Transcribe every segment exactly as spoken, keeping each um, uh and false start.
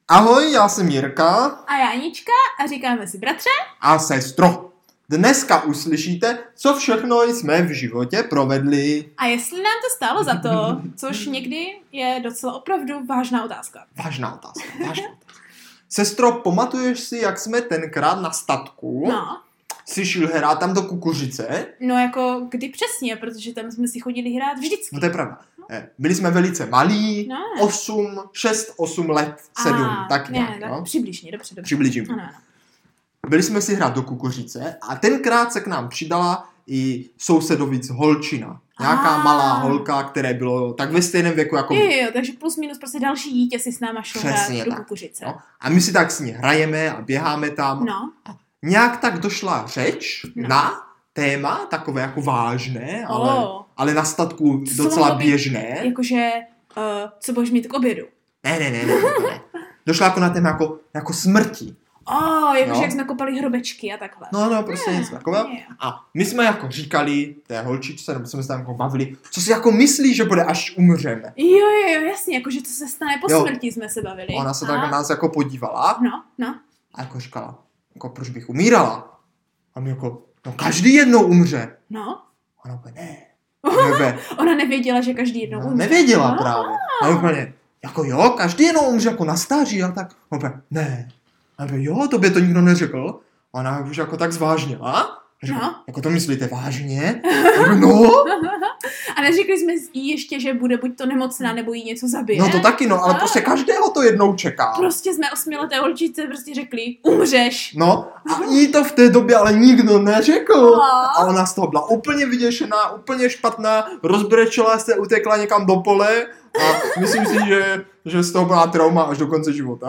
Ahoj, já jsem Jirka. A já Anička a říkáme si bratře. A sestro. Dneska uslyšíte, co všechno jsme v životě provedli. A jestli nám to stálo za to, což někdy je docela opravdu vážná otázka. Vážná otázka, vážná otázka. Sestro, pamatuješ si, jak jsme tenkrát na statku No. si šel hrát tam do kukuřice? No jako kdy přesně, protože tam jsme si chodili hrát vždycky. No to je pravda. Byli jsme velice malí, No. osm, šest, osm let, sedm, A, tak ne, nějak, tak no. přibližně, dobře, dobře. Přiblížím. Ano, ano. Byli jsme si hrát do kukuřice a tenkrát se k nám přidala i sousedovic holčina. Nějaká Ah. malá holka, které bylo tak ve stejném věku jako Jo, my. jo, takže plus minus prostě další dítě si s náma šlo hrát Přesně do tak. kukuřice. No. A my si tak s ní hrajeme a běháme tam. No. A nějak tak došla řeč No. na téma takové jako vážné, ale, Oh. ale na statku Co docela mohlo být běžné. Jakože, uh, co budeš mít k obědu? Ne, ne, ne, ne, to ne. Došla jako na téma jako, jako smrti. Oh, jakože No. jak jsme kopali hrobečky a takhle. No, no, prostě něco takového. je. A my jsme jako říkali té holčičce, nebo jsme se tam jako bavili, co si jako myslí, že bude, až umřeme. Jo, jo, jo, jasně, jakože co se stane po Jo. smrti jsme se bavili. Ona se A? tak na nás jako podívala No, no. a jako říkala, jako proč bych umírala? A my jako, no každý jednou umře. No. Ona úplně, ne. A úplně, Ona nevěděla, že každý jednou no, umře. nevěděla No. právě. A úplně, jako jo, každý jednou umře jako na stáří a tak. A úplně, ne. A úplně, jo, tobě to nikdo neřekl. A ona už jako tak zvážnila. A říkala, No. jako to myslíte vážně? A úplně, no. A neřekli jsme jí ještě, že bude buď to nemocná, nebo jí něco zabije. No to taky, no, ale No. prostě každého to jednou čeká. Prostě jsme osmileté holčice prostě řekli, umřeš. No, a jí to v té době ale nikdo neřekl. No. A ona z toho byla úplně vyděšená, úplně špatná, rozbrečela se, utekla někam do pole a myslím si, že, že z toho byla trauma až do konce života.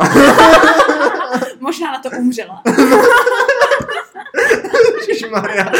Možná na to umřela. Ježišmarja.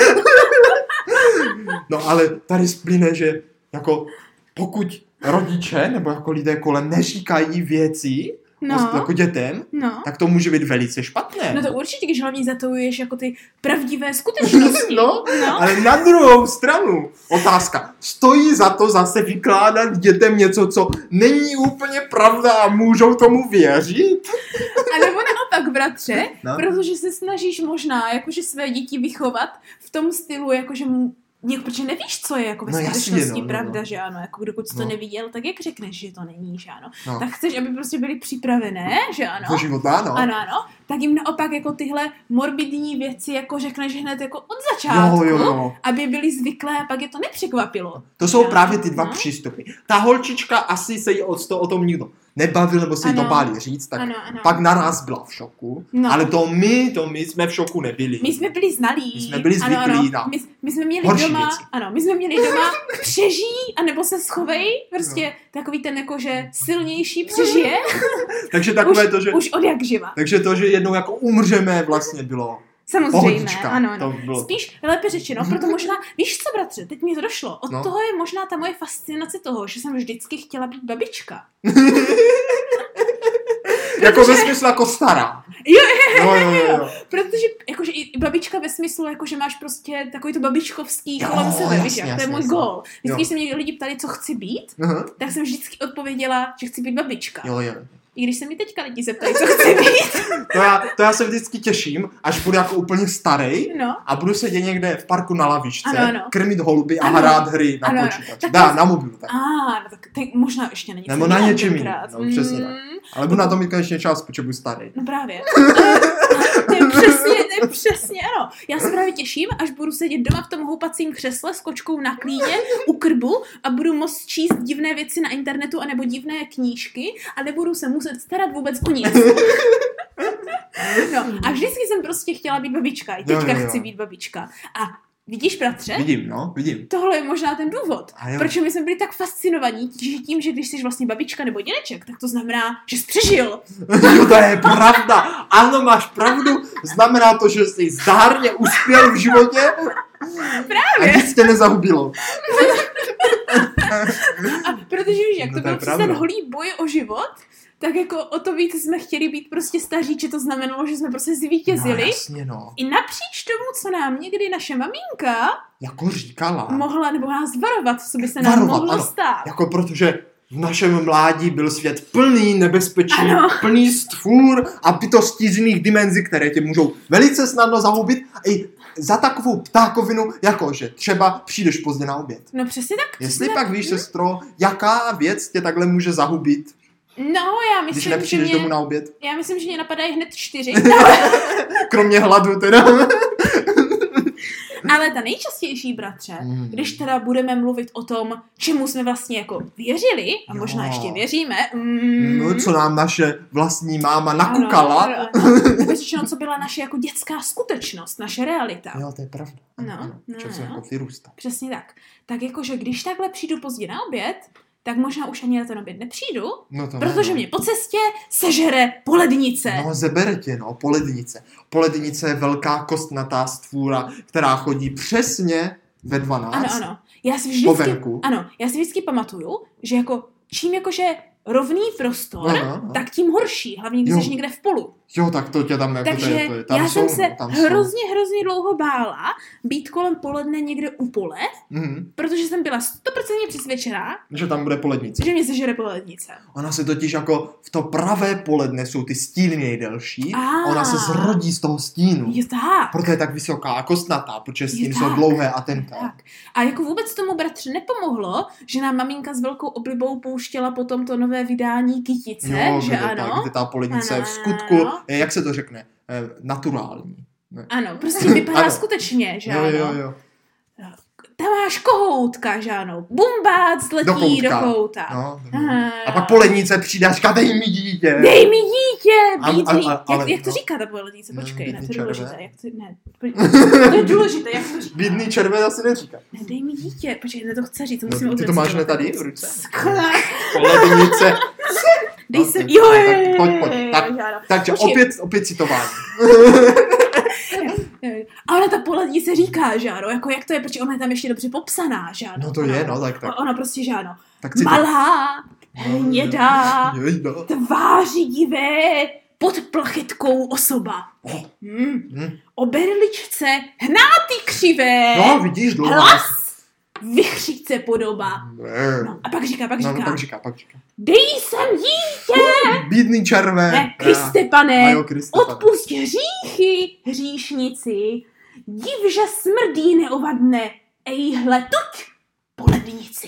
No ale tady splyne, že jako pokud rodiče nebo jako lidé kolem neříkají věci No. jako dětem, No. tak to může být velice špatné. No to určitě, když hlavně zatojuješ jako ty pravdivé skutečnosti. No, No. ale na druhou stranu, otázka, stojí za to zase vykládat dětem něco, co není úplně pravda a můžou tomu věřit? A nebo naopak, bratře, No. protože se snažíš možná jakože své děti vychovat v tom stylu, jakože mu Něk, protože nevíš, co je jako ve No jasně, skutečnosti no, no, pravda, no. že ano, jako dokud jsi No. to neviděl, tak jak řekneš, že to není, že ano. No. Tak chceš, aby prostě byli připravené, že ano. Do života, no. Ano, ano, tak jim naopak jako tyhle morbidní věci jako řekneš hned jako od začátku, Jo, jo, jo. aby byli zvyklé a pak je to nepřekvapilo. To jsou Jo. právě ty dva No. přístupy. Ta holčička asi se jí o, to, o tom nikdo nebavil, nebo se jí to Ano. báli říct, tak Ano, ano. pak naraz byla v šoku. No. Ale to my, to my jsme v šoku nebyli. My jsme byli znalí. My jsme byli ano, zvyklí ano. na My, my jsme měli horší doma, věci. ano, my jsme měli doma přežij, anebo se schovej, prostě no. takový ten jakože silnější přežije. Takže takové už, to, že... už od jak živa. Takže to, že jednou jako umřeme, vlastně bylo Samozřejmě, pohodička. ano, ano. To bylo... Spíš lépe řečeno, proto možná, víš co, bratře, teď mi to došlo. Od No. toho je možná ta moje fascinace toho, že jsem vždycky chtěla být babička. Jako ve smyslu jako stará. Jo, jo, jo, jo, jo. Protože jakože i babička ve smyslu, jakože máš prostě takový to babičkovský Jo, kolem sebe, jasně, víš, jak? To je jasně, můj jasně. gól. Vždycky, Jo. když se mě lidi ptali, co chci být, Aha. tak jsem vždycky odpověděla, že chci být babička. Jo, jo. I když se mi teďka lidi zeptají, co chci být. To já, to já se vždycky těším, až budu jako úplně starý No. a budu sedět někde v parku na lavičce, Ano, ano. krmit holuby a Ano. hrát hry na Ano, ano. počítači. Tak Dá, to- na mobilu. Tak. A, no tak teď možná ještě není. Nebo na něčem jiném, no, přesně tak. Mm, Ale budu na to mít konečně čas, protože budu starý. no právě. To je přesně, to je přesně, ano. Já se právě těším, až budu sedět doma v tom houpacím křesle s kočkou na klíně u krbu a budu moct číst divné věci na internetu anebo divné knížky a nebudu se muset starat vůbec o nic. No a vždycky jsem prostě chtěla být babička. I teďka Jo, jo, jo. chci být babička. A vidíš, bratře? Vidím, no, vidím. Tohle je možná ten důvod, A jo. proč my jsme byli tak fascinovaní, že tím, že když jsi vlastně babička nebo dědeček, tak to znamená, že jsi přežil. Jo, to je pravda. Ano, máš pravdu. Znamená to, že jsi zdárně uspěl v životě Právě. a nic tě nezahubilo. A protože víš, jak No to to je byl přes pravda. ten holý boj o život, tak jako o to víc jsme chtěli být prostě staří, že to znamenalo, že jsme prostě zvítězili. No jasně, no. I napříč tomu, co nám někdy naše maminka Jako říkala. mohla, nebo nás varovat, co by se nám Varovat, mohlo ano. stát. Jako protože v našem mládí byl svět plný nebezpečí, Ano. plný stvůr a bytostí z jiných dimenzí, které tě můžou velice snadno zahubit i za takovou ptákovinu, jako že třeba přijdeš pozdě na oběd. No přesně tak. Jestli přesně pak víš, sestro, jaká věc tě takhle může zahubit, No, já myslím, když že nepřijdeš mě, domů na oběd? já myslím, že mě napadají hned čtyři. Kromě hladu teda. Ale ta nejčastější, bratře, Mm. když teda budeme mluvit o tom, čemu jsme vlastně jako věřili, a Jo. možná ještě věříme, mm, No, co nám naše vlastní máma nakukala. Ano, ano, ano. Tak řečeno, co byla naše jako dětská skutečnost, naše realita. Jo, to je pravda. No, ano, no, čas no. jako vyrůstá. Přesně tak. Tak jakože když takhle přijdu pozdě na oběd, tak možná už ani na ten oběd nepřijdu, No to protože ne, no. mě po cestě sežere polednice. No, zebere tě, no, polednice. Polednice je velká kostnatá stvůra, která chodí přesně ve dvanáct. Ano, ano. Já si Po vždycky, venku. ano, já si vždycky pamatuju, že jako čím jakože rovný prostor, Aha, aha. tak tím horší, hlavně když Jo. jsi někde v polu. Jo, tak to tě tam jako Takže to je, to je, tam já jsou, jsem se no, tam hrozně, hrozně dlouho bála být kolem poledne někde u pole, jsou. Mhm. protože jsem byla stoprocentně přesvědčená, Že tam bude polednice. že mě sežere polednice. Ona se totiž jako v to pravé poledne jsou ty stíny nejdelší. Ah. Ona se zrodí z toho stínu. Je tak. Proto je tak vysoká a kostnatá, protože stíny Je jsou tak. dlouhé a tenké. Tak. A jako vůbec tomu bratře nepomohlo, že nám maminka s velkou oblibou pouštěla potom to nové vydání Kytice, Jo, že kde, ano? ta, kde ta polednice je v Ano. skutku, eh, jak se to řekne, eh, naturální. Ne. Ano, prostě vypadá Ano. skutečně, že Jo, ano? jo, jo. Tam máš kohoutka, že ano? Bumbác letí Do do koutka. kouta. No, Aha. a pak polednice přijde a říká, dej mi dítě. Dej mi dítě, A- bídný. a- a- Jak, ale- jak to no. říká ta polednice? No, Počkej, ne, to bídný je důležité. červe. Jak to, ne, poj- to je důležité, jak to říká? Bídný červen asi neříká. Ne, dej mi dítě. Počkej, ne, to chce říct, to No, musíme ty to máš ne odrecitovat. tady v ruce? Skvělé. Polednice. Dej No, se, tak- jo, jo, tak jo, pojď, jo, pojď. jo, Tak- jo, jo. Takže Počkej. opět, opět citování. A ona ta polednice říká, že ano, jako jak to je, protože ona je tam ještě dobře popsaná, že ano. No to Ona- je, no tak tak. Ona prostě, že ano, tak cituj. malá, hnědá, Jo, jo. tvářidivé, pod plachetkou osoba. Oh. Hmm. Hm. O berličce hnátý křivé, No, vidíš, dlouho. hlas vychříce podoba. Ne. No, a pak říká, pak No, říká, no, pak říká, pak říká. dej sem dítě, Bídný červen. ne, Kriste A pane, jo, Kriste pane. odpusť hříchy, hříšnici, div, že smrdí neovadne, ejhle tuď, polednici.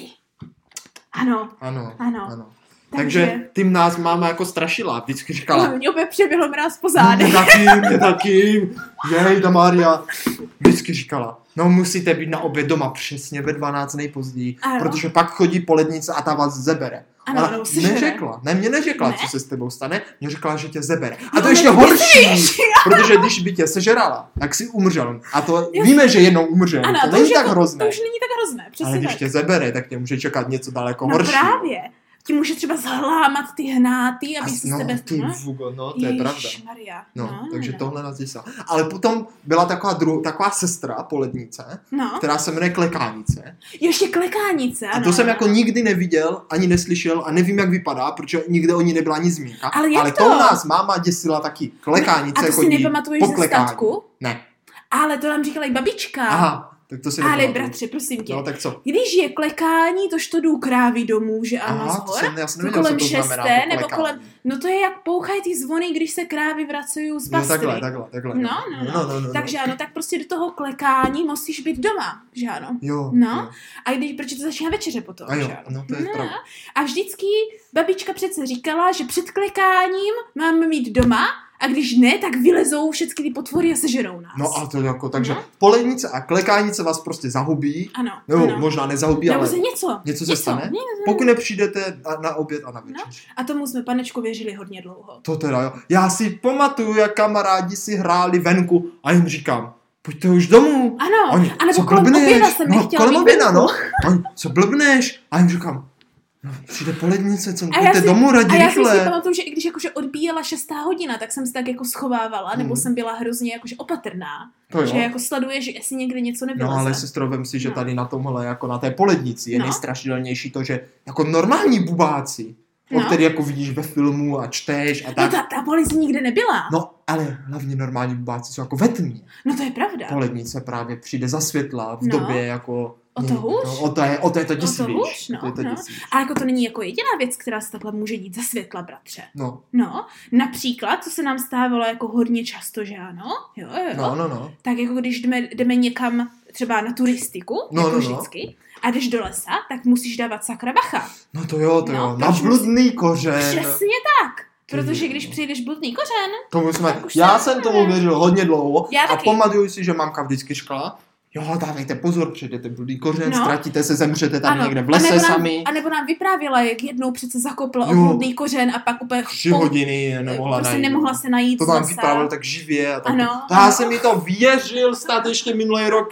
Ano, Ano, Ano. ano. takže... Takže tím nás máma jako strašila. Vždycky říkala, Mě opět přeběhlo mráz po mě zádech. taky, mě taky. Jej, ta Mária. Vždycky říkala, no musíte být na oběd doma přesně ve dvanáct nejpozději, Ano. protože pak chodí polednice a ta vás zebere. Ano, Ona ano, sežere. neřekla, ne, mě neřekla, Ne? co se s tebou stane, mě řekla, že tě zebere. A No, to ještě ale horší, myslíš? protože když by tě sežerala, tak si umřel. A to Jasně. víme, že jednou umřel, Ano, to to není už, tak jako, hrozné. to už není tak hrozné, Ale přesně když tak. tě zebere, tak tě může čekat něco daleko No horší. právě. Ti může třeba zhlámat ty hnátý, aby A- si no, z tebe... ty vugo, no, to je pravda. Maria. No, takže tohle nás děsilo. Ale potom byla taková, dru- taková sestra polednice, No, která se jmenuje Klekánice. ještě klekánice, A ano. to jsem jako nikdy neviděl, ani neslyšel a nevím, jak vypadá, protože nikde o ní nebyla ani zmínka. Ale jak Ale to? to u nás máma děsila taky. Klekánice A to si chodí nepamatuješ po ze klekání. statku? Ne. Ale to nám říkala i babička. Aha, tak to si Ale nepamatuju. bratře, prosím tě. No, tak co? Když je klekání, tož to jdou krávy domů, že ano, Aha, to zhor? jsem, já jsem To nevěděl, kolem co to znamená. šesté, to nebo klekání. kolem... No to je jak pouchají ty zvony, když se krávy vracejí z Jo, pastry. takhle, takhle, takhle. No, no, no. no, no, no. Takže ano, tak prostě do toho klekání musíš být doma, že ano. Jo, No. jo. A když, protože to začíná večeře potom, A jo, že ano. no to je pravda. A vždycky babička přece říkala, že před klekáním máme mít doma a když ne, tak vylezou všechny ty potvory a sežerou nás. No a to jako, takže No. polednice a klekánice vás prostě zahubí, Ano, nebo ano. možná nezahubí, Nebo ale se něco. něco se stane, něco. pokud nepřijdete na, na oběd a na večeři. A tomu jsme, panečku, věřili hodně dlouho. To teda jo. Já si pamatuju, jak kamarádi si hráli venku a jim říkám, pojďte už domů. Ano, Oni, anebo co kolem blbneš? oběda jsem no, nechtěla kolem být oběda, venku. no. Oni, co blbneš? A jim říkám, no, přijde polednice, co A já pojďte si- domů A raději já si si rychle. pamatuju, že i když jakože odbíjela šestá hodina, tak jsem se tak jako schovávala, nebo Mhm. jsem byla hrozně jakože opatrná. To jo. Že jako sleduješ, že jestli někde něco nevyleze. No ale sestro, vem si, že No. tady na tomhle, jako na té polednici, je No. nejstrašidelnější to, že jako normální bubáci, o No. který jako vidíš ve filmu a čteš a No tak, ta, ta policie nikde nebyla. no ale hlavně normální bubáci jsou jako ve tmě. No to je pravda. Po lednice právě přijde za světla v No. době jako... O to hůř. No, o to je, o to, je to O to děsivější. hůř, no, to je to no. děsivější. A jako to není jako jediná věc, která se takhle může dít za světla, bratře. No, No, například, co se nám stávalo jako hodně často, že ano? Jo, jo, jo. no, no, no. Tak jako když jdeme, jdeme někam třeba na turistiku, No, jako no, no. vždycky, a jdeš do lesa, tak musíš dávat sakra bacha. No to jo, to No, jo. Na proč bludný kořen. Přesně tak. Protože Ty když jo. přijdeš bludný kořen, Tomu jsme, Tak už já jsem- jsem tomu věřil hodně dlouho Já a taky. pamatuju si, že mamka vždycky říkala, jo, dávejte pozor, přijdete bludný kořen, No. ztratíte se, zemřete tam ano, někde v a lese nebo nám, sami. a nebo nám vyprávěla, jak jednou přece zakopla o Jo. bludný kořen a pak úplně Tři pol- hodiny nemohla prostě najít. nemohla se najít To z tam lesa. vyprávěl tak živě. A tak. Ano, To já ano. jsem mi to věřil snad ještě minulý rok.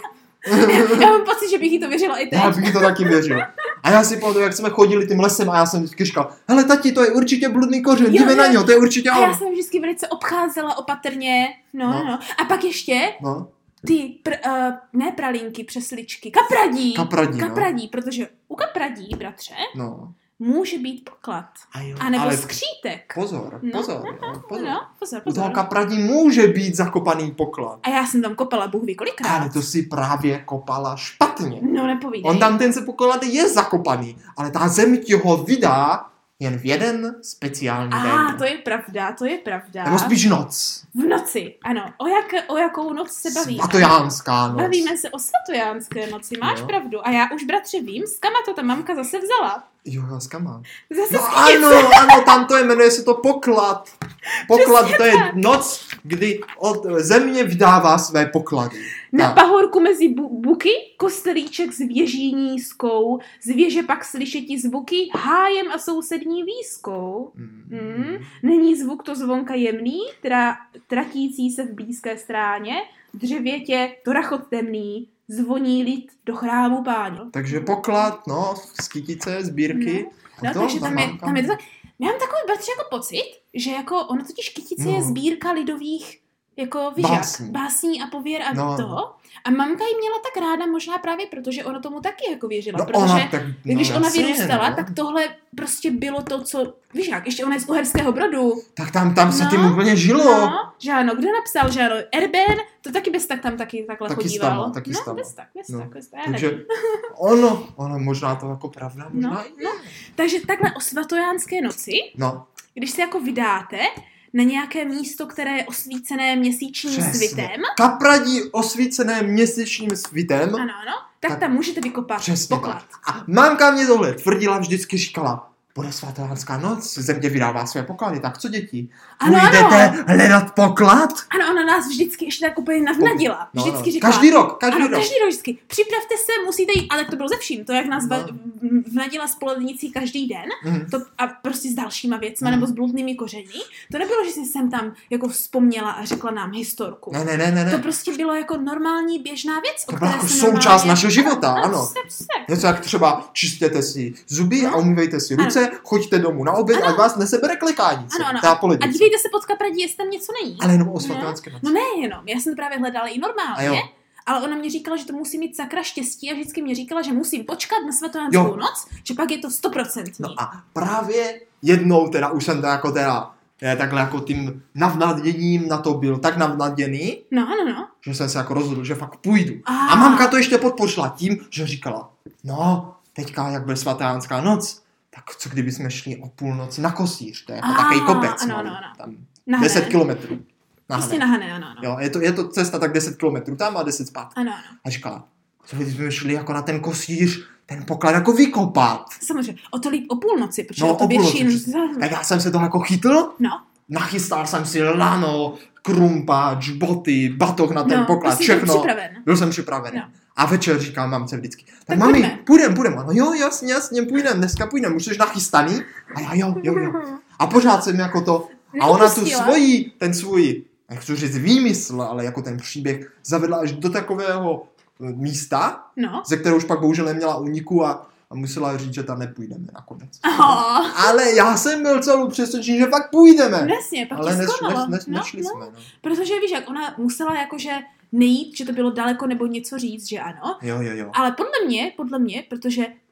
Já mám pocit, že bych jí to věřila i teď. Já bych to taky věřil. A já si pamatuju, jak jsme chodili tím lesem a já jsem vždycky říkal, hele tati, to je určitě bludný kořen, Jo, jdeme jo. na něho, to je určitě A já on. jsem vždycky velice obcházela opatrně. No, No. no. no. A pak ještě No, ty, pr, uh, ne pralinky, přesličky, kapradí. kapradí, no. Kapradí, protože u kapradí, bratře, No. může být poklad. A, jo, A nebo ale skřítek. pozor, No, pozor, no, pozor. No, pozor, U toho pozor. kapradí může být zakopaný poklad. A já jsem tam kopala Bůh ví kolikrát. Ale to si právě kopala špatně. No nepovídej. On tam ten se poklad je zakopaný, ale ta zem ti ho vydá jen v jeden speciální A den. to je pravda, to je pravda. Nebo spíš noc. V noci, ano. O, jak, o jakou noc se bavíme? Svatojánská noc. Bavíme se o svatojánské noci, máš Jo. pravdu. A já už, bratře, vím, z kama to ta mamka zase vzala. Jo, já s kama. Zase No z knihy. ano, ano, tam to je, jmenuje se to poklad. Poklad, to je noc, kdy od země vydává své poklady. Na Tak. pahorku mezi bu- buky, kostelíček s věží nízkou, z věže pak slyšeti zvuky hájem a sousední výskou. Mm. Není zvuk to zvonka jemný, tra, tratící se v blízké stráně, dřevětě to rachot temný, zvoní lid do chrámu páně. Takže poklad, no, z kytice, sbírky. No, A to, takže ta tam je, mamka- tam je to tak. Já mám takový, bratře, jako pocit, že jako ono totiž kytice No. je sbírka lidových jako víš jak, Básní. básní a pověr a No. toho. A mamka ji měla tak ráda možná právě proto, že ona tomu taky jako věřila. No protože ona tak, no, když ona jasně, vyrůstala, no. tak tohle prostě bylo to, co, víš jak, ještě ona je z Uherského Brodu. Tak tam, tam se No, tím úplně žilo. No, že ano, kdo napsal, že ano, Erben, to taky bez tak tam taky takhle Taky chodíval. stama, taky no, stama. bez tak, bez No, tak, bez tak, já Takže nevím. ono, ono možná to jako pravda, možná No, i no. Takže takhle o svatojánské noci, No, když se jako vydáte na nějaké místo, které je osvícené měsíčním přesně. svitem, Kapradí osvícené měsíčním svitem. ano, ano, tak, Tak- tam můžete vykopat Přesně poklad. tak. A mamka mě tohle tvrdila, vždycky říkala, bude svatojánská noc, země vydává své poklady, tak co děti? Ano, Půjdete ano. hledat poklad? Ano, ona nás vždycky ještě tak úplně navnadila. No, Vždycky no. říkala, Každý rok, každý ano, rok. každý rok vždycky. Připravte se, musíte jít, ale to bylo ze vším. To, jak nás No. no. vnadila spolednicí každý den, Mhm. to, a prostě s dalšíma věcma, Mhm. nebo s bludnými koření, to nebylo, že si jsem tam jako vzpomněla a řekla nám historku. Ne, ne, ne, ne, To ne. prostě bylo jako normální běžná věc, o To byla které jako se součást normálně... našeho života, ano. přesně, přesně. Něco jak třeba čistěte si zuby No. a umývejte si ruce, choďte domů na oběd, ať vás nesebere klekání. Ano, ano. Ta A polednice. dívejte se pod kapradí, jestli tam něco není. Ale jenom o svatánské noci. No nejenom, já jsem to právě hledala i A normálně, jo. ale ona mě říkala, že to musí mít sakra štěstí a vždycky mě říkala, že musím počkat na svatojánskou Jo. noc, že pak je to stoprocentní. No a právě jednou teda už jsem to jako teda je, takhle jako tím navnaděním na to byl tak navnaděný, No, ano, no. že jsem se jako rozhodl, že fakt půjdu. A, A mamka to ještě podpořila tím, že říkala, no, teďka jak bude svatánská noc, tak co kdyby jsme šli o půlnoci na Kosíř, to je jako A, takový kopec, ano, malý, ano, ano. tam Na deset Hané. kilometrů. Na Prostě Hané. na Hané, ano, ano. Jo, je to, je to cesta tak deset kilometrů tam a deset zpátky. Ano, ano. A říkala, co kdyby jsme šli jako na ten Kosíř, ten poklad jako vykopat. Samozřejmě, o to líp o půlnoci, protože No, o to o půlnoci, větší... přesně. Tak já jsem se toho jako chytl, No, nachystal jsem si lano, krumpáč, boty, batoh na ten no, poklad, prostě byl všechno. připraven. Byl jsem připravený. No. A večer říkám mamce vždycky, tak, Tak mami, pojďme. půjdem, půjdem. Ano, jo, jasně, jasně, půjdem, dneska půjdem, už jsi nachystaný? A já jo, jo, jo. A pořád jsem jako to, a ona tu Nepustila. svoji, ten svůj, nechci říct výmysl, ale jako ten příběh zavedla až do takového eh, místa, No. ze kterého už pak bohužel neměla úniku a, a musela říct, že tam nepůjdeme nakonec. Oh, Ale já jsem byl celou přesvědčený, že fakt půjdeme. jasně, pak Ale tě neš, zklamalo. neš, neš, no, nešli no. jsme. No. Protože víš, jak ona musela jakože nejít, že to bylo daleko nebo něco říct, že ano. Jo, jo, jo. Ale podle mě, podle mě, protože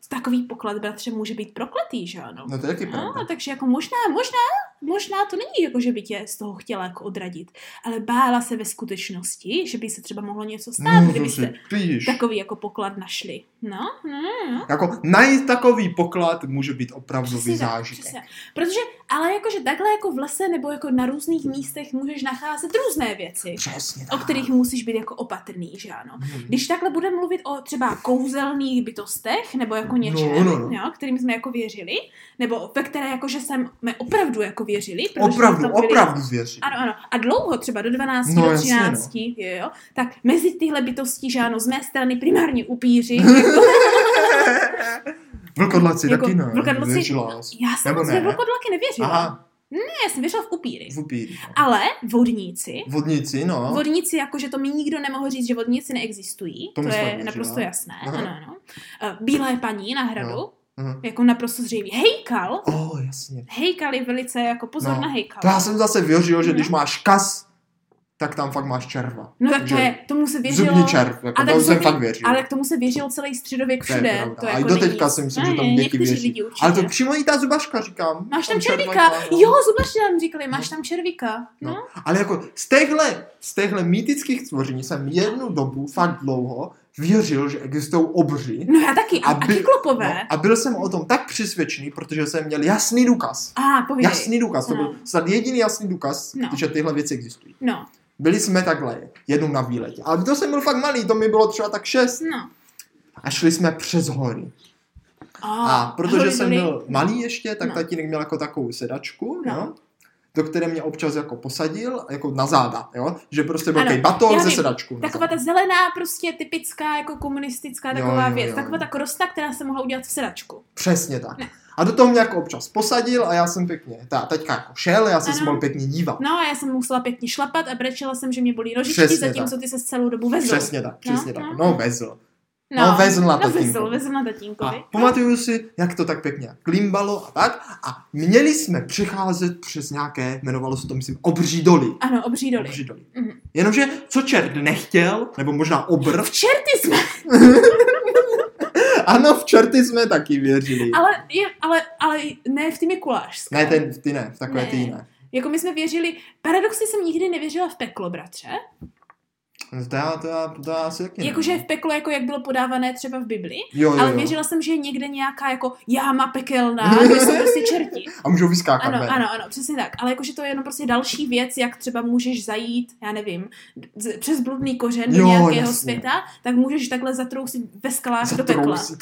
takový poklad, bratře, může být prokletý, že ano? No to je taky pravda. No, takže jako možná, možná, možná to není jako, že by tě z toho chtěla jako odradit, ale bála se ve skutečnosti, že by se třeba mohlo něco stát, No, kdybyste píš. takový jako poklad našli. No, no, no. Jako najít takový poklad může být opravdový Přesně tak, zážitek. přesně. Protože, ale jakože takhle jako v lese nebo jako na různých místech můžeš nacházet různé věci, Přesně o tak. kterých musíš být jako opatrný, že ano. Hmm. Když takhle budeme mluvit o třeba kouzelných bytostech, nebo jako něčem, No, no, no. Jo, kterým jsme jako věřili, nebo ve které jakože jsme opravdu jako věřili. protože Opravdu, tam byli- opravdu zvěří. Ano, ano. A dlouho, třeba do dvanácti, No, do jasně, třinácti, jo, jo, tak mezi tyhle bytosti, že ano, z mé strany primárně upíři. Vlkodlaci Jako taky ne. vlkodlaci- Věřila jsi. Já jsem Nebo moc ne? ve vlkodlaky nevěřila. Aha, Ne, já jsem věřila v upíry. v upíry. No. Ale vodníci, Vodníci, no. vodníci, jakože to mi nikdo nemohl říct, že vodníci neexistují, To to, mi je fakt věřila. naprosto jasné, Aha. ano, ano. Eh, Bílé paní na hradu, No. Aha. jako naprosto zřejmě. Hejkal, Oh, jasně. hejkal je velice jako pozor No. na hejkal. To já jsem zase věřil, že No. když máš kas, tak tam fakt máš červa. No tak to Že je, tomu se věřilo. Zubní červ, jako A to tak jsem zubní- fakt věřil. Ale k tomu se věřil celý středověk To je všude. pravda. To A jako i do teďka není- si myslím, Ne, že tam ne, děti někteří věří. lidi určitě. Ale to přímo i ta zubaška říkám. Máš tam Tam červa červíka. má, no. Jo, zubaři nám říkali, máš tam červíka. No. No. Ale jako z těchhle, z těchhle mýtických stvoření jsem jednu dobu, fakt dlouho, věřil, že existují obři. No já taky, a, A a by- kyklopové. No, a byl jsem o tom tak přesvědčený, protože jsem měl jasný důkaz. A, povídej. Jasný důkaz, to No. byl snad jediný jasný důkaz, No. že tyhle věci existují. No, Byli jsme takhle, jednou na výletě. Ale to jsem byl fakt malý, to mi bylo třeba tak šest. no. A šli jsme přes hory. A, A protože hory jsem doly. byl malý ještě, tak No. tatínek měl jako takovou sedačku, No. jo, do které mě občas jako posadil, jako na záda, jo, že prostě byl Ano, takový baton já ze vím. sedačku. na Taková ta záda. zelená, prostě typická, jako komunistická Jo, taková jo, věc. jo. Taková ta krosna, která se mohla udělat v sedačku. Přesně tak. Ne. A do toho mě jako občas posadil a já jsem pěkně, ta teďka jako šel, já jsem Ano. se mohl pěkně dívat. No a já jsem musela pěkně šlapat a brečela jsem, že mě bolí nožičky, Přesně zatímco ty se celou dobu vezl. Přesně tak, přesně No, tak. no. No, vezl. No, vezl na no, tatínkovi. vezl, vezl na tatínkovi. A pamatuju si, jak to tak pěkně klimbalo a tak. A měli jsme přecházet přes nějaké, jmenovalo se to, myslím, obří doly. Ano, obří doly. Obří doly. Mhm. Jenomže, co čert nechtěl, nebo možná obr, V čerty jsme, ano, v čerty jsme taky věřili. ale, je, ale, ale ne v ty Mikulášské. Ne, ten, ty ne, v takové Ne. ty jiné. Jako my jsme věřili, paradoxně jsem nikdy nevěřila v peklo, bratře. No To já, to já, to já asi taky ne. Jakože v peklo, jako jak bylo podávané třeba v Bibli. Jo, jo, Ale jo. věřila jsem, že je někde nějaká jako jáma pekelná, kde jsou prostě čerti. A můžou vyskákat Ano, ven. ano, ano, přesně tak. Ale jakože to je jenom prostě další věc, jak třeba můžeš zajít, já nevím, z, přes bludný kořen do Jo, nějakého jasně. světa, tak můžeš takhle zatrousit ve skalách do pekla. Zatrousit.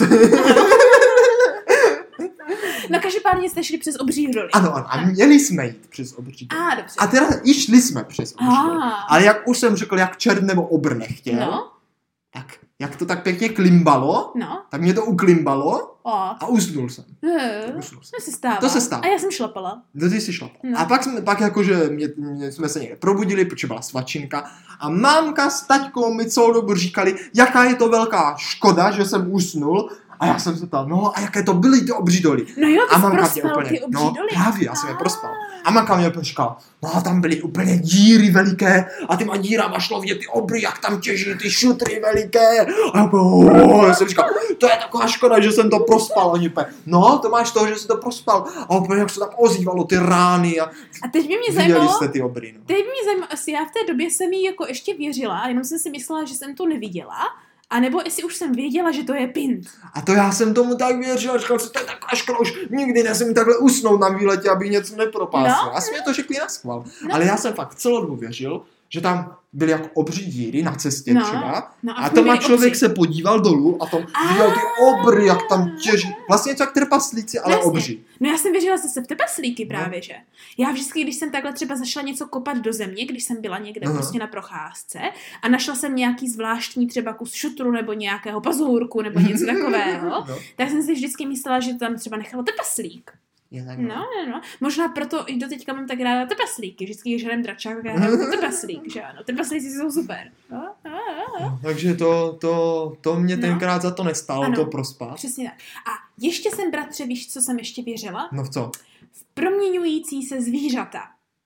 No každopádně jste šli přes obří doly. Ano, ano, a měli jsme jít přes obří doly. A, dobře. A teda i šli jsme přes obří doly. A. Ale jak už jsem řekl, jak čert nebo obr nechtěl, No, tak jak to tak pěkně klimbalo, no. tak mě to uklimbalo O. a usnul jsem. Eh, Usnul jsem. To se stává. To se stává. A já jsem šlapala. No ty jsi šla. No. A pak jsme, pak jakože mě, mě, jsme se někde probudili, protože byla svačinka a mámka s taťkou mi celou dobu říkali, jaká je to velká škoda, že jsem usnul. A já jsem se ptal, no a jaké to byly ty obří doly. No jo, ty A jsi mamka mě prospal úplně, ty obří no doly. právě, já jsem je prospal. A mamka mě úplně říkala, no tam byly úplně díry veliké a těma dírama šlo vidět ty obry, jak tam těží ty šutry veliké. A já, úplně, oh, já jsem říkal, to je taková škoda, že jsem to prospal. A oni úplně, no to máš toho, že jsi to prospal. A úplně jak se tam ozývalo ty rány a A teď by mě viděli zajímalo, jste ty obry. No. teď by mě zajímalo, asi já v té době jsem jí jako ještě věřila, a jenom jsem si myslela, že jsem to neviděla. A nebo jestli už jsem věděla, že to je pint. A to já jsem tomu tak věřil, říkal jsem, to je taková škoda, už nikdy nesmím takhle usnout na výletě, aby něco nepropásl. No. A jsme to řekli na schvál. No. Ale já jsem fakt celou dobu věřil, že tam byly jako obří díry na cestě No. třeba. No A v to má byli člověk obří. se podíval dolů a tam A. viděl ty obry, jak tam těží. Vlastně něco jak trpaslíci, ale Jasně. obří. No já jsem věřila zase v trpaslíky No. právě, že? Já vždycky, když jsem takhle třeba zašla něco kopat do země, když jsem byla někde Aha. prostě na procházce a našla jsem nějaký zvláštní třeba kus šutru nebo nějakého pazourku nebo něco takového, No. tak jsem si vždycky myslela, že tam třeba nechalo trpaslík. Je tak, No, no, no. Možná proto i doteďka mám tak ráda trpaslíky. Vždycky, když hrám dračák, tak já hraju to trpaslík, že ano. Trpaslíci jsou super. No, no, no, no. Takže to, to, to mě No. tenkrát za to nestálo, Ano. to prospat. Přesně tak. A ještě jsem, bratře, víš, co jsem ještě věřila? No v co? V proměňující se zvířata.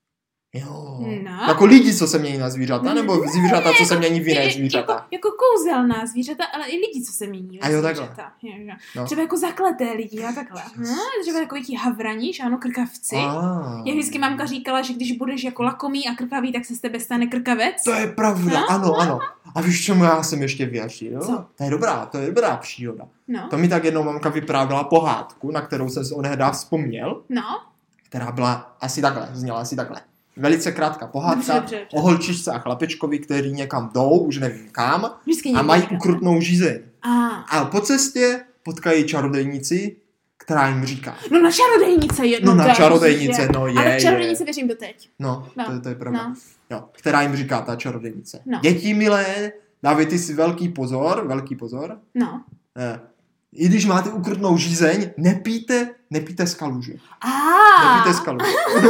Jo. No. Jako lidi, co se mění na zvířata, nebo zvířata, co se mění v jiné je- zvířata? Jako, jako kouzelná zvířata, ale i lidi, co se mění. A jo, takhle. zvířata. Jo, jo. No. Třeba jako zakleté lidi a takhle. No, třeba takový ti havrani, že ano, krkavci. Ah. Jak vždycky mamka říkala, že když budeš jako lakomý a krkavý, tak se z tebe stane krkavec. To je pravda, No. ano, ano. A víš, čemu já jsem ještě věřil? Co? To je dobrá, to je dobrá příhoda. No, To mi tak jednou mamka vyprávěla pohádku, na kterou jsem si onehdá vzpomněl, no, která byla asi takhle, zněla asi takhle. Velice krátká pohádka Dobře, dobře, dobře. o holčičce a chlapečkovi, který někam jdou, už nevím kam, vždycky a někdo mají říká. ukrutnou žízeň. A, A po cestě potkají čarodejnici, která jim říká. no na čarodejnice jedno. No na to je čarodejnice, prostě- no je, A tak je. čarodejnice věřím doteď. No, No, to, to je pravda. no. Jo, která jim říká ta čarodejnice. No. Děti milé, dávejte si velký pozor, velký pozor. No. Eh, I když máte ukrutnou žízeň, nepijte, nepijte z kaluže. A. Nepijte z kaluže.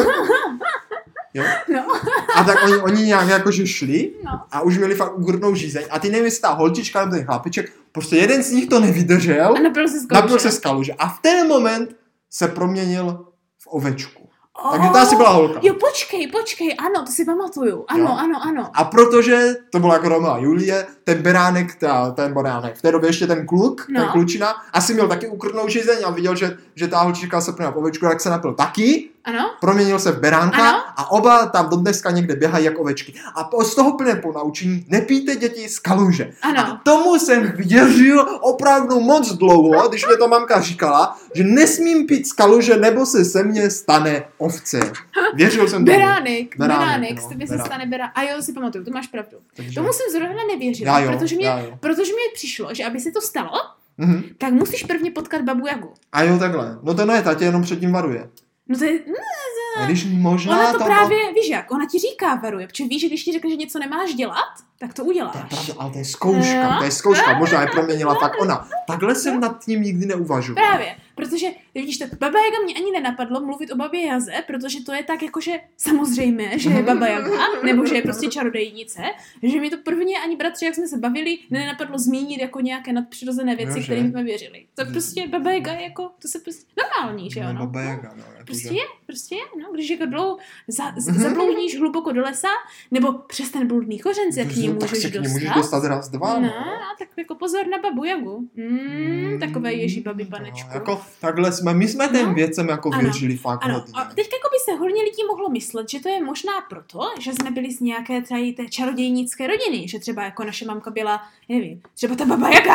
Jo? No. A tak oni, oni nějak jakože šli No. a už měli fakt ukrutnou žízeň a ty nevím, jestli ta holčička nebo ten chlapeček, prostě jeden z nich to nevydržel, A napil se z kaluže. napil se z kaluže a v ten moment se proměnil v ovečku. Oh, Takže to asi byla holka. Jo, počkej, počkej, ano, to si pamatuju. Ano, Jo. ano, ano. A protože to byla jako Romeo a Julie, ten beránek, ta, ten beránek, v té době ještě ten kluk, No. ten klučina, asi měl taky ukrutnou žízeň a viděl, že, že ta holčička se proměnila v ovečku, tak se napil taky, Ano? proměnil se v beránka Ano. a oba tam do dneska někde běhají jako ovečky. A po- z toho plné ponaučení nepijte děti z kaluže. Ano. A tomu jsem věřil opravdu moc dlouho, když mě to mamka říkala, že nesmím pít z kaluže, nebo se se mně stane ovce. Věřil jsem tomu. Beránek, Beránek, beránek, no, z tebe se beránek. stane beránek. A jo, si pamatuju, to máš pravdu. Takže- Tomu jsem zrovna nevěřila, Já jo, protože, mě, já jo. protože mě přišlo, že aby se to stalo, Mhm. tak musíš prvně potkat babu Jagu. A jo, takhle. No to ne, ta tě jenom předtím varuje. No to je, A když možná ona to to... právě, víš jak, ona ti říká varuje, protože víš, že když ti řekne, že něco nemáš dělat, tak to To je uděláš. pravda, ale to je zkouška, to je zkouška, možná je proměnila fakt ona. Takhle jsem nad tím nikdy neuvažoval. Právě, protože vidíš, tak Baba Jaga mě ani nenapadlo mluvit o babě Jaze, protože to je tak jakože samozřejmé, že je Baba Jaga, nebo že je prostě čarodejnice, že mi to prvně ani bratři, jak jsme se bavili, nenapadlo zmínit jako nějaké nadpřirozené věci, Jo, že? kterým jsme věřili. To prostě Baba Jaga je jako, to se prostě normální, že jo, No, no. Baba Jaga, no, jakože- Prostě je, prostě je, no, když jako dlouho za, z- zabloudíš hluboko do lesa, nebo přes ten bludný kořen se k ní tak můžeš se k ní dostat. můžeš dostat raz, dva, No, no. tak jako pozor na babu Jagu. Mm, takové ježí babi panečku. No, jako takhle jsme, my jsme těm No. věcem jako Ano, věřili fakt Ano, hodně. a teď jako by se hodně lidí mohlo myslet, že to je možná proto, že jsme byli z nějaké tady té čarodějnické rodiny, že třeba jako naše mamka byla, nevím, třeba ta Baba Jaga.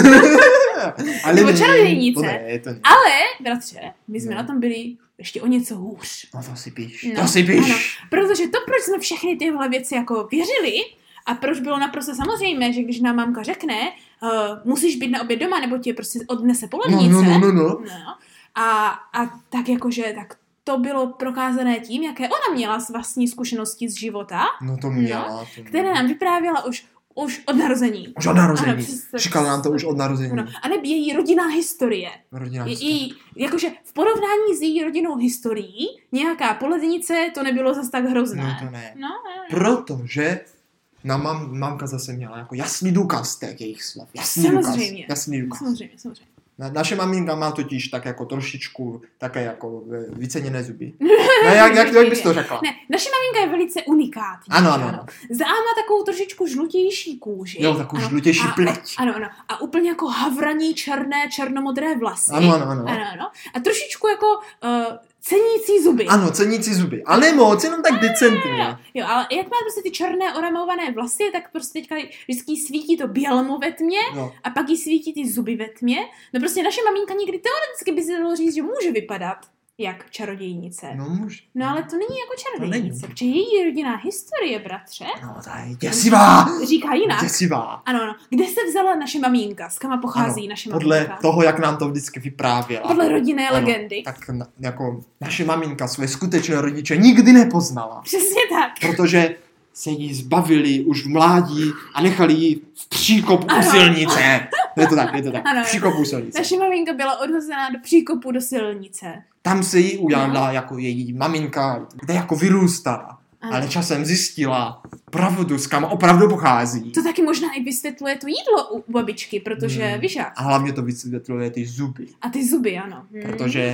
Ale nebo ne, čarodějnice. to ne, to ne. Ale, bratře, my jsme No. na tom byli ještě o něco hůř. No to si píš, No, to si píš. Protože to, proč jsme všechny tyhle věci jako věřili, a proč bylo naprosto samozřejmé, že když nám mamka řekne, uh, musíš být na oběd doma, nebo tě prostě odnese No, polednice. no, no, no, no. No. A, a tak jakože, tak to bylo prokázané tím, jaké ona měla z vlastní zkušenosti z života, No to měla. To které nám vyprávěla už, už od narození. Už od narození. Ano, přes- Říkala nám to už od narození. No, a neby její rodinná historie. Rodina Je, historie. její, jakože v porovnání s její rodinnou historií, nějaká polednice, to nebylo zas tak hrozné. No to ne. No, no, no. Protože na mam, mamka zase měla jako jasný důkaz těch jejich slov. Jasný Samozřejmě. důkaz. Jasný důkaz. Samozřejmě, samozřejmě. Na, naše maminka má totiž tak jako trošičku také jako e, vyceněné zuby. No jak, jak, jak bys to řekla? Ne, naše maminka je velice unikátní. Ano, že ano, ano. Zá má takovou trošičku žlutější kůži. Jo, takovou Ano. žlutější A- pleť. Ano, ano. A úplně jako havraní černé, černomodré vlasy. Ano, ano, ano. ano, ano. A trošičku jako uh, cenící zuby. Ano, cenící zuby. Ale nemoc, jenom tak decentně. Jo, ale jak má prostě ty černé oramované vlasy, tak prostě teďka vždycky jí svítí to bělmo ve tmě No. a pak jí svítí ty zuby ve tmě. No prostě naše maminka někdy teoreticky by se dalo říct, že může vypadat jak čarodějnice. No, No může. no ale to není jako není. čarodějnice, protože její rodinná historie, bratře, No to je děsivá. říká jinak. Děsivá. Ano, ano. Kde se vzala naše maminka? Z kama pochází Ano, naše podle maminka? toho, jak nám to vždycky vyprávěla. Podle rodinné Ano, legendy. Tak na, jako naše maminka své skutečné rodiče nikdy nepoznala. Přesně tak. Protože se jí zbavili už v mládí a nechali ji v příkopu u Ano. silnice. Je to tak, je to tak. Ano. V příkopu u silnice. Naše maminka byla odhozená do příkopu do silnice. Tam se jí ujala jako její maminka, kde jako vyrůstala. Ano. Ale časem zjistila pravdu, z kam opravdu pochází. To taky možná i vysvětluje to jídlo u babičky, protože Hmm. víš jak? A hlavně to vysvětluje ty zuby. A ty zuby, ano. Hmm. Protože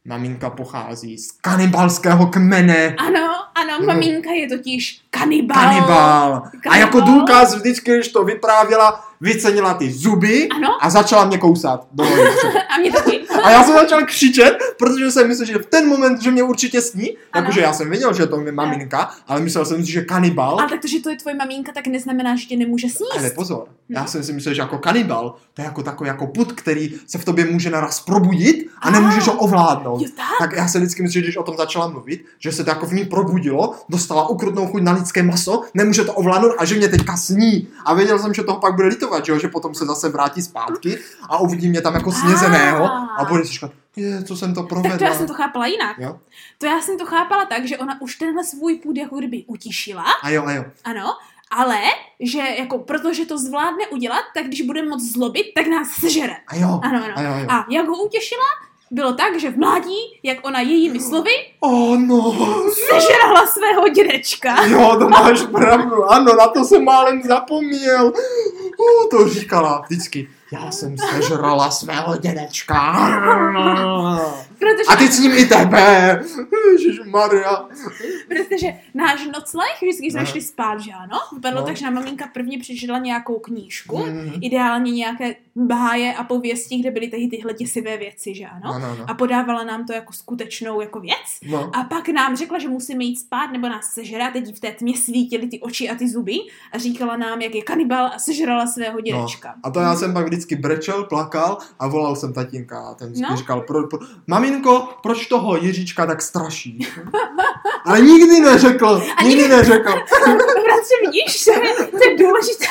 maminka pochází z kanibalského kmene. Ano, ano, No. maminka je totiž kanibal. Kanibal. A Kanibal. jako důkaz vždycky, když to vyprávěla, vycenila ty zuby Ano. a začala mě kousat. Do nohy. A mě taky. A já jsem začal křičet, protože jsem myslel, že v ten moment, že mě určitě sní, Ano. jakože já jsem věděl, že to je maminka, ale myslel jsem si, že kanibal. Ale tak to, že to je tvoje maminka, tak neznamená, že tě nemůže sníst. Ale pozor, já jsem si myslel, že jako kanibal, to je jako takový jako pud, který se v tobě může naraz probudit a nemůžeš ho ovládnout. Jo, tak. Tak já jsem vždycky myslel, že když o tom začala mluvit, že se to jako v ní probudilo, dostala ukrutnou chuť na lidské maso, nemůže to ovládnout a že mě teďka sní. A věděl jsem, že toho pak bude litovat, že, jo? Že potom se zase vrátí zpátky a uvidí mě tam jako snězeného a bude si říkat, je, co jsem to provedla. Tak to já jsem to chápala jinak. Jo? To já jsem to chápala tak, že ona už tenhle svůj půd jako kdyby utišila. A jo, a jo. Ano, ale že jako protože to zvládne udělat, tak když bude moc zlobit, tak nás sežere. A jo. Ano, ano. A jo, a jo. A jak ho utěšila, bylo tak, že v mládí, jak ona jejími slovy, Oh no. sežrala svého dědečka. Jo, to máš pravdu, ano, na to jsem málem zapomněl. Uh, to říkala vždycky. Já jsem sežrala svého dědečka. Protože, A teď s ním i tebe. Ježišmarja. protože náš nocleh, vždycky jsme Aha. šli spát, že ano? Vypadalo No. tak, že nám maminka prvně přečetla nějakou knížku, Mhm. ideálně nějaké báje a pověsti, kde byly tady tyhle děsivé věci, že ano? No, no, no. A podávala nám to jako skutečnou jako věc. No. A pak nám řekla, že musíme jít spát, nebo nás sežere. A teď v té tmě svítily ty oči a ty zuby. A říkala nám, jak je kanibal a sežrala svého dědečka. No. A to já jsem pak vždycky brečel, plakal a volal jsem tatínka. A ten vždycky No. říkal, pro, pro, maminko, proč toho Jiříčka tak strašíš? Ale nikdy neřekl, A nikdy nikdy- neřekl. Bratře, vidíš, to je, to je důležitá.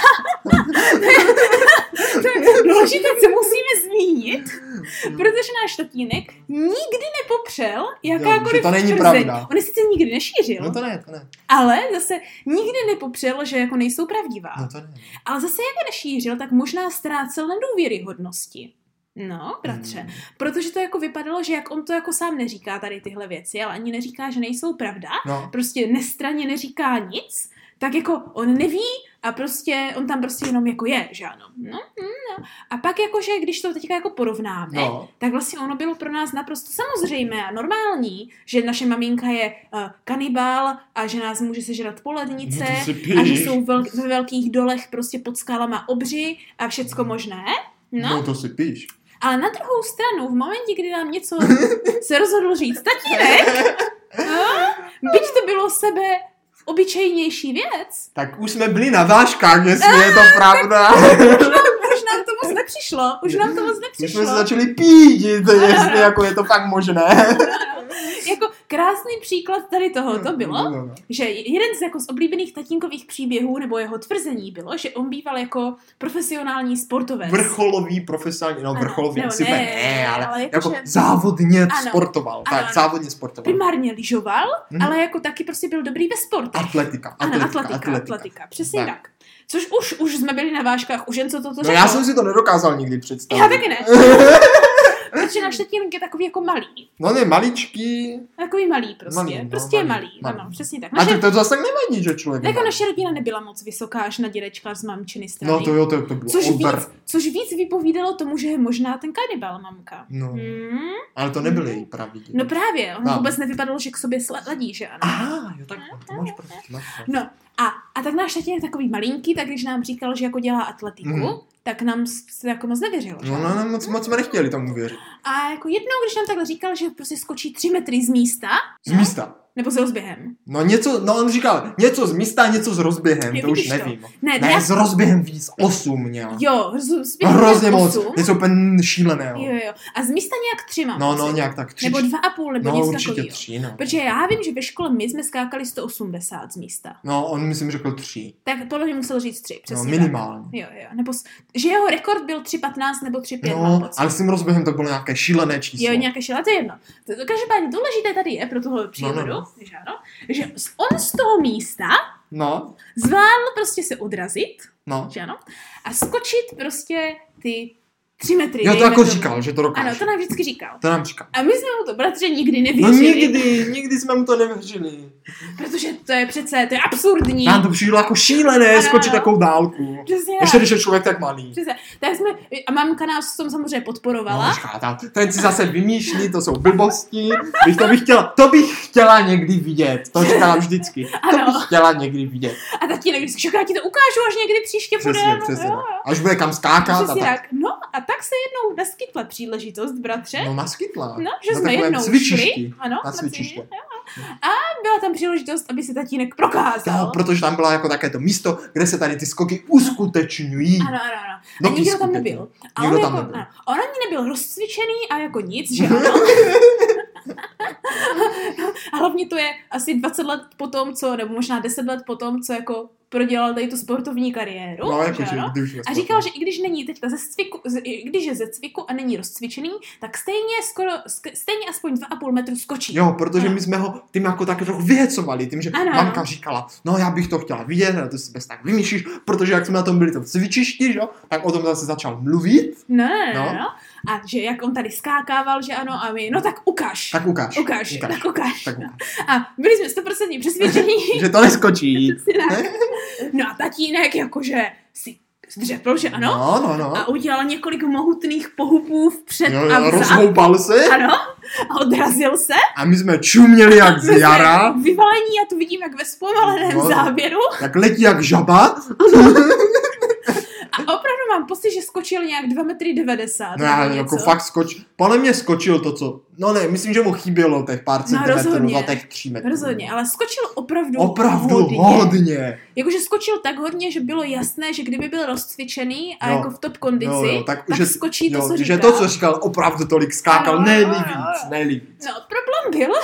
To je důležité, co musíme zmínit, protože náš tatínek nikdy nepopřel jakákoliv že to není tvrzení. pravda. On je sice nikdy nešířil, No to ne, to ne. ale zase nikdy nepopřel, že jako nejsou pravdivá. No to ne. Ale zase jak je nešířil, tak možná ztrácel na důvěryhodnosti. No, bratře. Hmm. Protože to jako vypadalo, že jak on to jako sám neříká tady tyhle věci, ale ani neříká, že nejsou pravda, No. prostě nestranně neříká nic, tak jako on neví a prostě on tam prostě jenom jako je, že ano. No, no. A pak jakože, když to teďka jako porovnáme, No. tak vlastně ono bylo pro nás naprosto samozřejmé a normální, že naše maminka je uh, kanibál a že nás může sežrat polednice No to si a že píš. jsou vel- ve velkých dolech prostě pod skálama obři a všecko možné. No, No to si píš. ale na druhou stranu, v momentě, kdy nám něco se rozhodl říct tatínek, no, byť to bylo sebe obyčejnější věc, Tak už jsme byli na vážkách, jestli je to pravda. už nám to moc nepřišlo, už nám to moc My jsme nepřišlo. se začali pídit, jestli jako je to fakt možné. Jako krásný příklad tady toho to bylo, No, no, no. že jeden z, jako z oblíbených tatínkových příběhů nebo jeho tvrzení bylo, že on býval jako profesionální sportovec. Vrcholový profesionální, no Ano, vrcholový nebo asi ne, ne, ale, ale jako, jako že- závodně Ano, sportoval. ano, Tak, ano. závodně sportoval. Primárně lyžoval, Mhm. ale jako taky prostě byl dobrý ve sportech. Atletika, Ano, atletika, atletika, atletika, atletika. Přesně tak. Tak. Což už, už jsme byli na vážkách, už jen co toto No řekl. já jsem si to nedokázal nikdy představit. Já taky ne. Protože náš tatínek je takový jako malý. No ne, maličký. Takový malý prostě. Malý, no, prostě je malý, malý. malý. Ano, přesně tak. A Naše, to, to zase tak nevadí, že člověk je jako malý. naše rodina nebyla moc vysoká až na dědečka z mamčiny strany. No to jo, to, to bylo což, ober. víc, což víc vypovídalo tomu, že je možná ten kanibal, mamka. No, Hmm? ale to nebyly její pravdy. No právě, ono No. vůbec nevypadalo, že k sobě sle- ladí, že ano. Aha, jo tak, to máš pravdu, to máš pravdu. No a, a tak náš tatínek takový malinký, tak když nám říkal, že jako dělá atletiku, Mhm. tak nám se jako moc nevěřilo. že No, ano? no, no, moc, moc jsme nechtěli tomu věřit. A jako jednou, když nám takhle říkal, že prostě skočí tři metry z místa, Z místa. nebo s rozběhem. No něco, no on říkal, něco z místa, něco s rozběhem, Jo, to už vidíš to. nevím. Ne, Ne, já- s rozběhem víc, osm měl. Jo, z, z No, hrozně moc, osm. něco úplně šíleného. Jo, jo. A z místa nějak tři mám No, no, pocit. nějak tak tři. Nebo dva a půl, nebo No, něco určitě takového. tři, no. Protože já vím, že ve škole my jsme skákali sto osmdesát z místa. No, on myslím řekl tři. Tak podle mě musel říct tři, No, přesně minimálně. tak. Jo, jo. Nebo, s- že jeho rekord byl tři patnáct nebo tři pět, mám No, pocit. ale s tím rozběhem to bylo nějaké šílené číslo. Jo, nějaké šílené, to je jedno. To, to každopádně důležité tady je pro tohle příhodu, No, no, že ano, že s- on z toho místa No, zvládl prostě se odrazit, no. že ano, a skočit prostě ty tři metry. Jo, to dejme jako tomu. říkal, že to dokáže. Ano, to nám vždycky říkal. To nám říkal. A my jsme mu to, bratře, nikdy No nevěřili. nikdy, nikdy jsme mu to nevěřili. Protože to je přece, to je absurdní. Nám to přišlo jako šílené, Ano, skočit ano. takovou dálku. Přesně Ještě když je člověk tak malý. Přesně. Tak jsme, a mamka nás v tom samozřejmě podporovala. No, říká, ten si zase vymýšlí, to jsou blbosti. Bych to bych chtěla, to bych chtěla někdy vidět. To říkala vždycky. To Ano. bych chtěla někdy vidět. A tatínek vždycky říká, já ti to ukážu, až někdy příště Přesně, půjdeme. přesně. Jo, tak. jo. Až bude kam skákat a Přesně tak. tak. No a tak se jednou naskytla příležitost, bratře. No naskytla. No, že Na jsme takovém jednou cvičišti. šli. Ano, Na na cvičiště. cvičiště. A byla tam příležitost, aby se tatínek prokázal. No, protože tam byla jako také to místo, kde se tady ty skoky uskutečňují. Ano, ano, ano. A No, nikdo tam skutečně. nebyl. A Nikdo on, tam jako, nebyl. ano, on ani nebyl rozcvičený a jako nic, že ano. A hlavně to je asi dvacet let potom, co, nebo možná deset let potom, co jako prodělal tady tu sportovní kariéru. No, jako, že že ano? když A říkal, že i když není teďka ze cviku, z- i když je ze cviku a není rozcvičený, tak stejně skoro, sk- stejně aspoň dva a půl metru skočí. Jo, protože Ano. my jsme ho tím jako tak trochu vyhecovali, tím, že Ano. mamka říkala, no já bych to chtěla vidět, ale to si bez tak vymýšlíš, protože jak jsme na tom byli to v cvičišti, že? Tak o tom zase začal mluvit, No, no, no, No. no. A že jak on tady skákával, že ano, a my, no tak ukaž. tak ukáž. Ukaž, tak ukaž. Tak ukáž. A byli jsme stoprocentně přesvědčení. Že to neskočí. Přesně tak. No a tatínek jakože si zdřepl, že ano. No, no, no. A udělal několik mohutných pohupů vpřed Jo, a jo, vzad. rozhoupal se Ano. A odrazil se. a my jsme čuměli jak My z jsme jara, Vyvalení, já to vidím jak ve zpomaleném No. záběru. jak letí jak žaba. A opravdu mám pocit, že skočil nějak dva metry devadesát. No já nebo jako něco. fakt skoč, podle mě skočil to, co, no ne, myslím, že mu chybělo těch pár centimetrů rozhodně. za těch tři metrů. Rozhodně, ale skočil opravdu, Opravdu hodně. hodně. Jakože skočil tak hodně, že bylo jasné, že kdyby byl rozcvičený a Jo. jako v top kondici, Jo, jo, tak, tak tak už je- skočí to, jo, co že říkal. to, co říkal, opravdu tolik skákal, Ano, ne-li ano, víc, ano. ne-li víc. No, problém byl.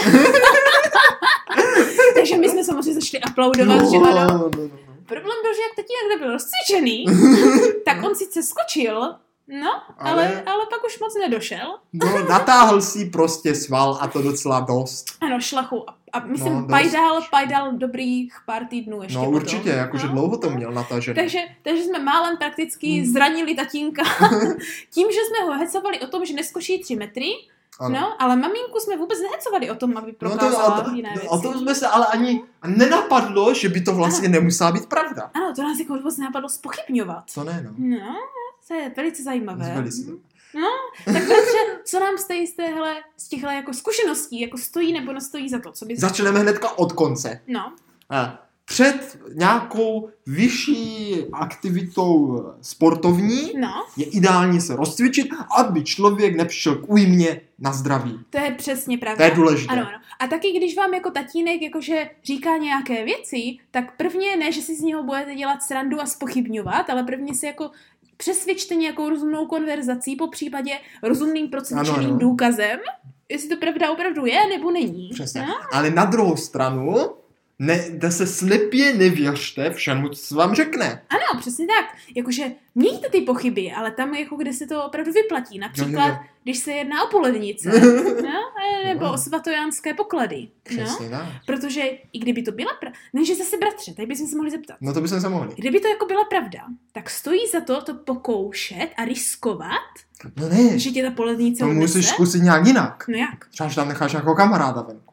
Takže my jsme samozřejmě začali aplaudovat, No, že no, ano. no, no. Problém byl, že jak tatínek nebyl rozcvičený, tak on sice skočil, no, ale, Ale- ale pak už moc nedošel. No, natáhl si prostě sval a to docela dost. Ano, šlachu. A, a myslím, No, no, dost. pajdal, pajdal dobrých pár týdnů ještě No potom. určitě, jakože No. dlouho to měl natažené. Takže, takže jsme málem prakticky Hmm. zranili tatínka tím, že jsme ho hecovali o tom, že neskočí tři metry, Ano. no, ale maminku jsme vůbec nehecovali o tom, aby No to, prokázala a to, jiné věci. o tom jsme se ale ani nenapadlo, že by to vlastně nemusela být pravda. Ano, to nás jako vůbec nenapadlo zpochybňovat. To ne, no. No, to je velice zajímavé. Velice. No, tak bratře, co nám stojí z téhle, z těchhle jako zkušeností, jako stojí nebo nestojí za to, co by... Začneme hnedka od konce. No, A před nějakou vyšší aktivitou sportovní no, je ideální se rozcvičit, aby člověk nepřišel k újmě na zdraví. to je přesně pravda. To je důležité. Ano, ano. A taky, když vám jako tatínek jakože říká nějaké věci, tak prvně ne, že si z něho budete dělat srandu a spochybňovat, ale prvně si jako přesvědčte nějakou rozumnou konverzací, po případě rozumným procvičeným Ano, ano. důkazem, jestli to pravda opravdu je, nebo není. Přesně. No? Ale na druhou stranu, ne, da se slepě nevěřte všemu, co se vám řekne. Ano, přesně tak. Jakože mějte ty pochyby, ale tam jako, kde se to opravdu vyplatí. Například, Jo, jo, jo. když se jedná o polednice, no? nebo Jo. o svatojánské poklady. No? Přesně tak. Protože i kdyby to byla pravda, ne, že zase bratře, tady bychom se mohli zeptat. No to bychom se mohli. Kdyby to jako byla pravda, tak stojí za to to pokoušet a riskovat, No ne, že tě ta polednice to odnese? musíš zkusit nějak jinak. No jak? Třeba, že tam necháš jako kamaráda venku.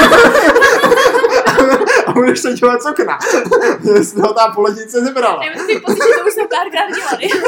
A budeš se dívat z okna. Jestli ho ta polednice zebrala. Já mám takový pocit, že to už jsme párkrát dělali.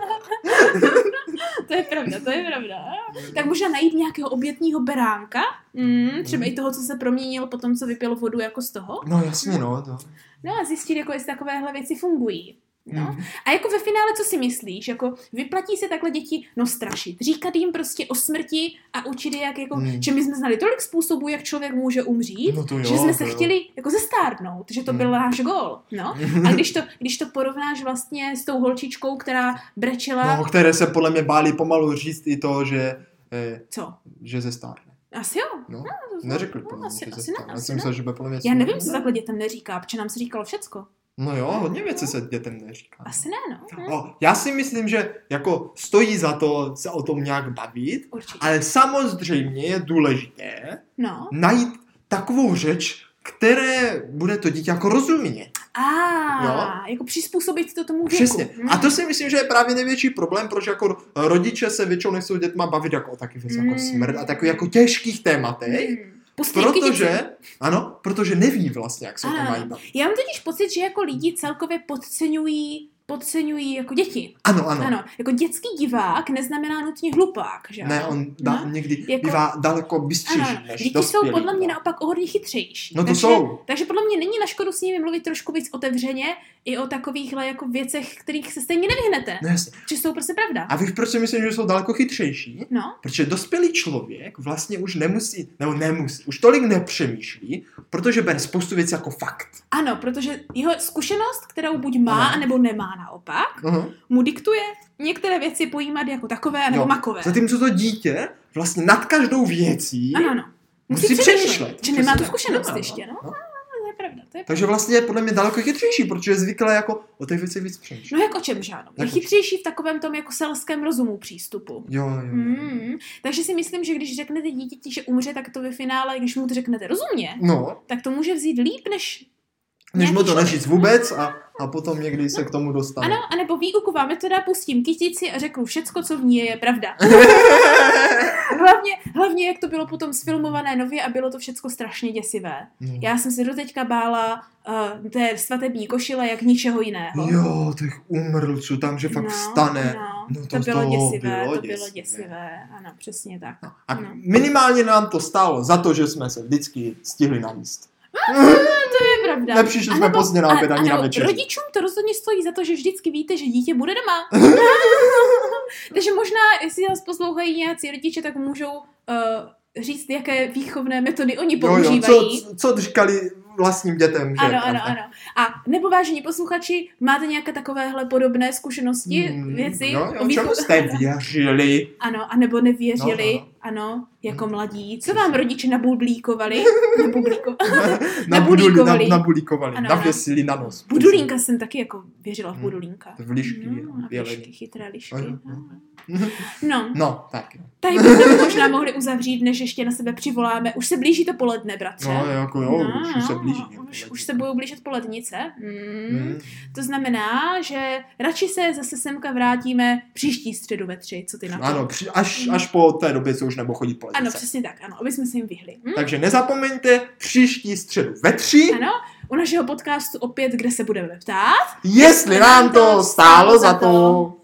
To je pravda, to je pravda. Tak možná najít nějakého obětního beránka, mm, třeba i toho, co se proměnil po tom, co vypil vodu jako z toho. No jasně, no. To. No a zjistit, jako jestli takovéhle věci fungují. No. Mm. A jako ve finále, co si myslíš? Jako vyplatí se takhle děti no strašit. Říkat jim prostě o smrti a učit je, jak jako, Mm. že my jsme znali tolik způsobů, jak člověk může umřít, No to jo, že jsme to se jo. chtěli jako zestárnout, že to Mm. byl náš gól. No. A když to, když to porovnáš vlastně s tou holčičkou, která brečela, No, které se podle mě báli pomalu říct i to, že, eh, co? že zestárne. Asi jo. No, No, to- neřekli no, podle mě, asi- že asi zestárne. ne, Já asi jsem myslel, ne. že by podle mě... Já nevím, co takhle dětem neříká, protože nám se říkalo všecko. No jo, hodně věcí se dětem neříká. Asi ne, no. Hm, O, já si myslím, že jako stojí za to se o tom nějak bavit, Určitě. ale samozřejmě je důležité No, najít takovou řeč, které bude to dítě jako rozumět. A, Jo? jako přizpůsobit to tomu věku. Přesně. Hmm. A to si myslím, že je právě největší problém, proč jako rodiče se většinou nechcou dětma bavit jako o takových věcech jako Mm. smrt a takových jako těžkých tématech, Hmm. Pustí k protože, děti. ano, protože neví vlastně, jak se o tom Ano. mají bavit. Já mám totiž pocit, že jako lidi celkově podceňují podceňují jako děti. Ano, ano. Ano, jako dětský divák neznamená nutně hlupák, že Ne, on da, No. někdy Jako- bývá daleko bystřejší Ano, než děti dospělí. jsou podle mě divák. naopak o hodně chytřejší. No to takže, jsou. Takže podle mě není na škodu s nimi mluvit trošku víc otevřeně i o takovýchhle jako věcech, kterých se stejně nevyhnete. No jasně. Že jsou prostě pravda. A víš, proč si myslím, že jsou daleko chytřejší? No, Protože dospělý člověk vlastně už nemusí, nebo nemusí, už tolik nepřemýšlí, protože bere spoustu věcí jako fakt. ano, protože jeho zkušenost, kterou buď má, Ano. anebo nemá naopak, Aha. mu diktuje některé věci pojímat jako takové, nebo Jo. makové. Zatímco to dítě vlastně nad každou věcí Ano, ano. Musí, musí přemýšlet, přemýšlet. že nemá tu Přesně. zkušenost Nemá, ještě, no. no. A, to je pravda, to je pravda. Takže vlastně je podle mě daleko chytřejší, protože je zvyklé jako o těch věcech víc přemýšlet. No jak o čem žádnou. Je Jak o chytřejší v takovém tom jako selském rozumu přístupu. Jo, jo. Mm. Takže si myslím, že když řeknete dítěti, že umře, tak to ve finále, když mu to řeknete rozumně, No, tak to může vzít líp, než než mu nějaký to člověk. neříct vůbec a, a potom někdy se k tomu dostane. Ano, anebo výuková metoda, pustím kytici a řeknu všecko, co v ní je, je pravda. hlavně, hlavně, jak to bylo potom sfilmované nově a bylo to všecko strašně děsivé. No. Já jsem se doteďka bála uh, té svatební košile jak ničeho jiného. Jo, těch umrlců tam, že fakt no, vstane. No, No, to, to- bylo to děsivé, bylo to bylo děsivé. děsivé. Ano, přesně tak. No. A No. minimálně nám to stálo za to, že jsme se vždycky stihli najíst. To je pravda. Nepřišli jsme Anebo- pozdě na oběd a- ani na ano, večeři. Rodičům to rozhodně stojí za to, že vždycky víte, že dítě bude doma. Takže možná, jestli nás poslouchají nějací rodiče, tak můžou uh, říct, jaké výchovné metody oni Jo, jo, používají. co, co říkali vlastním dětem, že? Ano, ano, ano. A nebo vážení posluchači, máte nějaké takovéhle podobné zkušenosti, Hmm, věci? Jo, o jo, výcho- čemu jste věřili? Ano, anebo nevěřili, No, no. ano, jako mladí. Co vám rodiče nabublíkovali? Nabublíkovali. Nabudulíkovali. Nabudíkovali. Nabulíkovali, Ano, ano. navěsili na nos. Budulínka jsem taky jako věřila v Hmm. budulínka. V lišky, No, bělení. lišky, chytré lišky. Ano, no. ano. No, No, tak jo. tady bychom možná mohli uzavřít, než ještě na sebe přivoláme. Už se blíží to poledne, bratře. No, jako jo, No, už se no, blíží. Už, už se budou blížit polednice. Mm. Hmm. To znamená, že radši se zase semka vrátíme příští středu ve tři. Co ty na to? Ano, při, až, až po té době, co už nebo chodit po Ano, lednice. přesně tak, ano, aby jsme se jim vyhli. Hm? Takže nezapomeňte příští středu ve tři, Ano, u našeho podcastu opět, kde se budeme ptát. jestli nám to stálo za to.